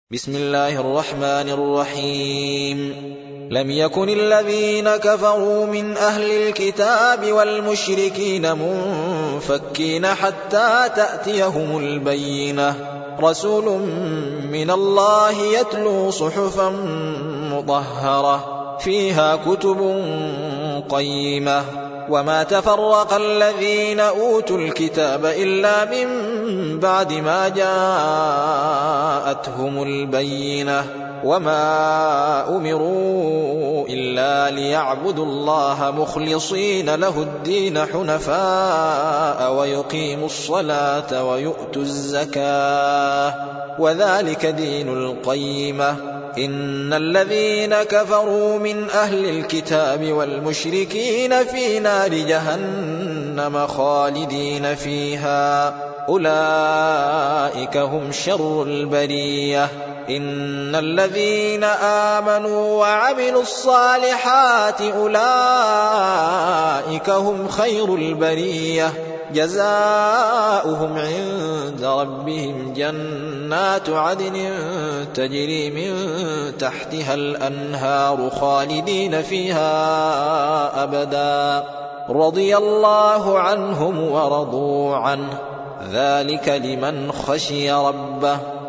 بسم الله الرحمن الرحيم. لم يكن الذين كفروا من أهل الكتاب والمشركين منفكين حتى تأتيهم البينة، رسول من الله يتلو صحفا مطهرة فيها كتب قيمة. وما تفرق الذين أوتوا الكتاب إلا من بعد ما جاءتهم البينة، وما أمروا إلا ليعبدوا الله مخلصين له الدين حنفاء ويقيموا الصلاة ويؤتوا الزكاة وذلك دين القيمة. إن الذين كفروا من أهل الكتاب والمشركين في نار جهنم خالدين فيها، أولئك هم شر البرية. إن الذين آمنوا وعملوا الصالحات أولئك هم خير البرية، جزاؤهم عند ربهم جنات عدن تجري من تحتها الأنهار خالدين فيها أبدا، رضي الله عنهم ورضوا عنه، ذلك لمن خشي ربه.